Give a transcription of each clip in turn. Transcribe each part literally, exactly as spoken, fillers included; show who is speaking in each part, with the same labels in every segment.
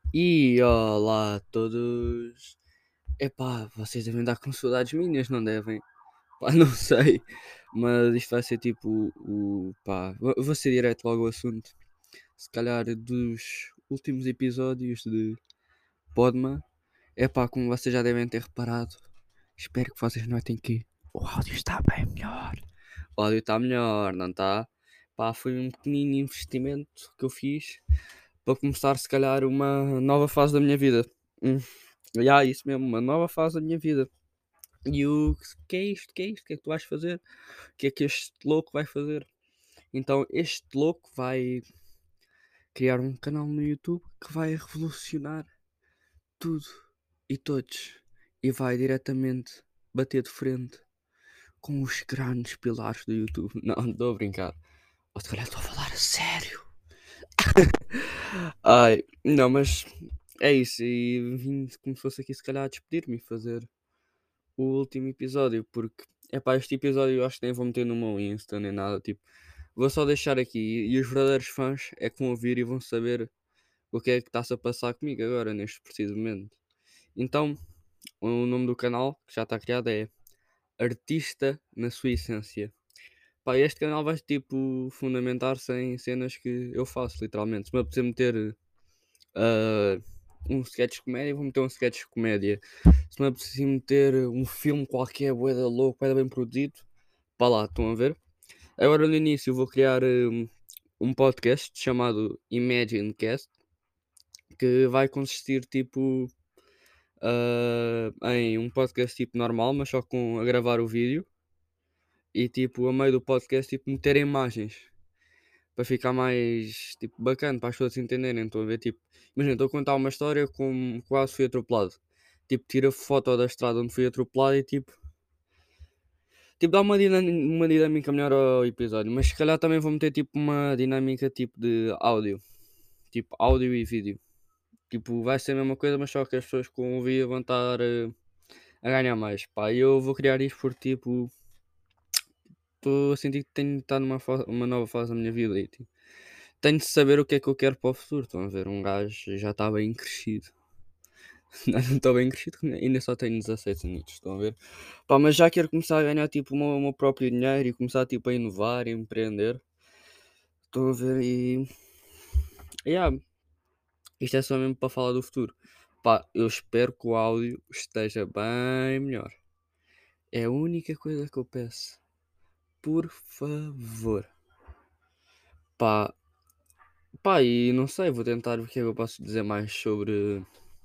Speaker 1: E olá a todos. Epá, vocês devem dar com saudades minhas, não devem? Pá, não sei. Mas isto vai ser tipo o. Pá, vou vou ser direto logo ao assunto. Se calhar dos últimos episódios de Podma. Epá, como vocês já devem ter reparado, espero que vocês notem que o áudio está bem melhor. O áudio está melhor, não está? Pá, foi um pequenino investimento que eu fiz para começar, se calhar, uma nova fase da minha vida. Hum, já, isso mesmo, uma nova fase da minha vida. E o que é isto? Que é isto? O que é que tu vais fazer? O que é que este louco vai fazer? Então, este louco vai criar um canal no YouTube que vai revolucionar tudo e todos e vai diretamente bater de frente com os grandes pilares do YouTube. Não, estou a brincar. Ou se calhar estou a falar a sério. Ai, não, mas é isso. E vim como se fosse aqui, se calhar, a despedir-me e fazer o último episódio. Porque, é pá, este episódio eu acho que nem vou meter no meu Insta nem nada. Tipo, vou só deixar aqui. E os verdadeiros fãs é que vão ouvir e vão saber o que é que está-se a passar comigo agora, neste preciso momento. Então, o nome do canal que já está criado é Artista na Sua Essência. Pá, este canal vai tipo fundamentar-se em cenas que eu faço, literalmente. Se me apetecer meter ah, um sketch de comédia, vou meter um sketch de comédia. Se me apetecer meter um filme qualquer, bué da louco, bué da bem produzido, pá lá, estão a ver? Agora no início vou criar um, um podcast chamado Imagine Cast, que vai consistir tipo ah, em um podcast tipo normal, mas só com a gravar o vídeo e tipo a meio do podcast tipo meter imagens para ficar mais tipo bacana para as pessoas entenderem. Estão a ver? Tipo, imagina, estou a contar uma história como quase fui atropelado. Tipo, tira foto da estrada onde fui atropelado e tipo, tipo dá uma, dinâmica, uma dinâmica melhor ao episódio. Mas se calhar também vou meter tipo uma dinâmica tipo de áudio. Tipo, áudio e vídeo. Tipo, vai ser a mesma coisa, mas só que as pessoas que vão ouvir vão estar eh, a ganhar mais. Pá, eu vou criar isto por tipo. Estou a sentir que tenho de estar numa fa- uma nova fase da minha vida e tipo, tenho de saber o que é que eu quero para o futuro. Estão a ver? Um gajo já está bem crescido. Não estou bem crescido, ainda só tenho dezasseis anos. Estão a ver? Pá, mas já quero começar a ganhar tipo o meu, o meu próprio dinheiro e começar tipo a inovar e empreender. Estão a ver? E. Yeah, isto é só mesmo para falar do futuro. Pá, eu espero que o áudio esteja bem melhor. É a única coisa que eu peço. Por favor. Pá, pá, e não sei, vou tentar ver o que é que eu posso dizer mais sobre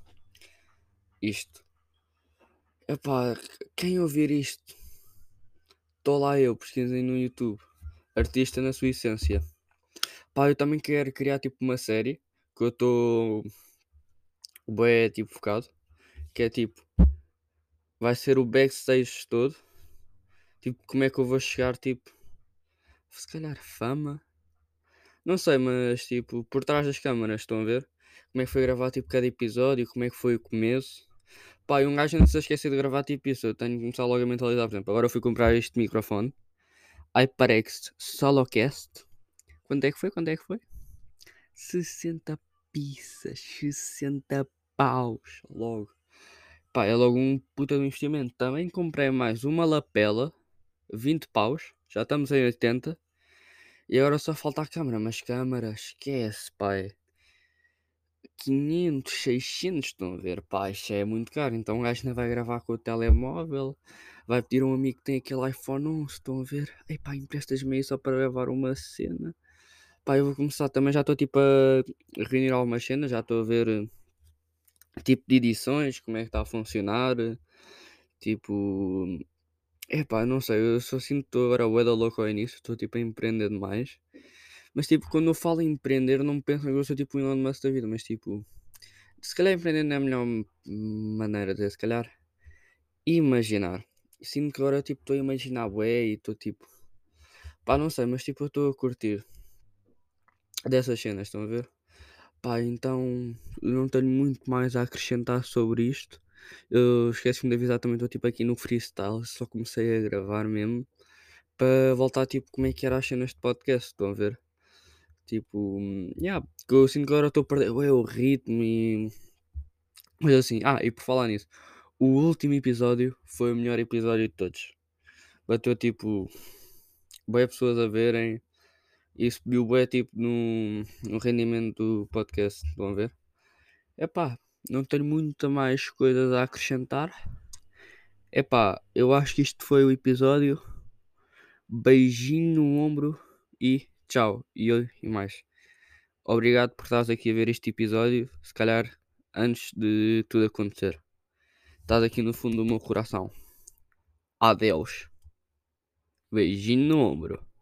Speaker 1: isto. Epá, quem ouvir isto, estou lá eu, pesquisem no YouTube. Artista na sua essência. Pá, eu também quero criar tipo uma série que eu estou bem tipo focado. Que é tipo, vai ser o backstage todo. Tipo, como é que eu vou chegar, tipo, se calhar fama. Não sei, mas tipo, por trás das câmaras, estão a ver? Como é que foi gravar tipo cada episódio, como é que foi o começo. Pá, e um gajo não se esquecer de gravar tipo isso. Eu tenho que começar logo a mentalizar, por exemplo. Agora eu fui comprar este microfone. HyperX Solocast. Quanto é que foi? Quanto é que foi? sessenta pizzas, sessenta paus. Logo. Pá, é logo um puta de um investimento. Também comprei mais uma lapela, vinte paus. Já estamos em oitenta. E agora só falta a câmera. Mas câmera, esquece, pai. quinhentos, seiscentos, estão a ver? Pá, isto é muito caro. Então o gajo ainda vai gravar com o telemóvel. Vai pedir a um amigo que tem aquele iPhone onze, estão a ver? Ei pá, emprestas-me aí só para gravar uma cena. Pá, eu vou começar também. Já estou tipo a reunir algumas cenas. Já estou a ver eh, tipo de edições, como é que está a funcionar. Tipo, epá, não sei, eu só sinto que estou agora bué da louco ao início, estou tipo a empreender demais. Mas tipo, quando eu falo em empreender, não me pensam que eu sou tipo um Elon Musk da vida, mas tipo, se calhar empreender não é a melhor m- maneira de dizer, se calhar imaginar. Sinto que agora tipo estou a imaginar bué e estou tipo, pá, não sei, mas tipo eu estou a curtir dessas cenas, estão a ver? Pá, então eu não tenho muito mais a acrescentar sobre isto. Eu esqueci-me de avisar também, estou tipo aqui no freestyle, só comecei a gravar mesmo. Para voltar tipo como é que era as cenas de podcast, estão a ver? Tipo, hum, yeah, que eu sinto que agora estou a perder ué, o ritmo e. Mas assim, ah, e por falar nisso, o último episódio foi o melhor episódio de todos. Bateu tipo, bué pessoas a verem e subiu bué tipo no, no rendimento do podcast. Estão a ver? Epá, não tenho muita mais coisas a acrescentar. Epá, eu acho que isto foi o episódio. Beijinho no ombro e tchau. E, eu- e mais. Obrigado por estares aqui a ver este episódio. Se calhar antes de tudo acontecer. Estás aqui no fundo do meu coração. Adeus. Beijinho no ombro.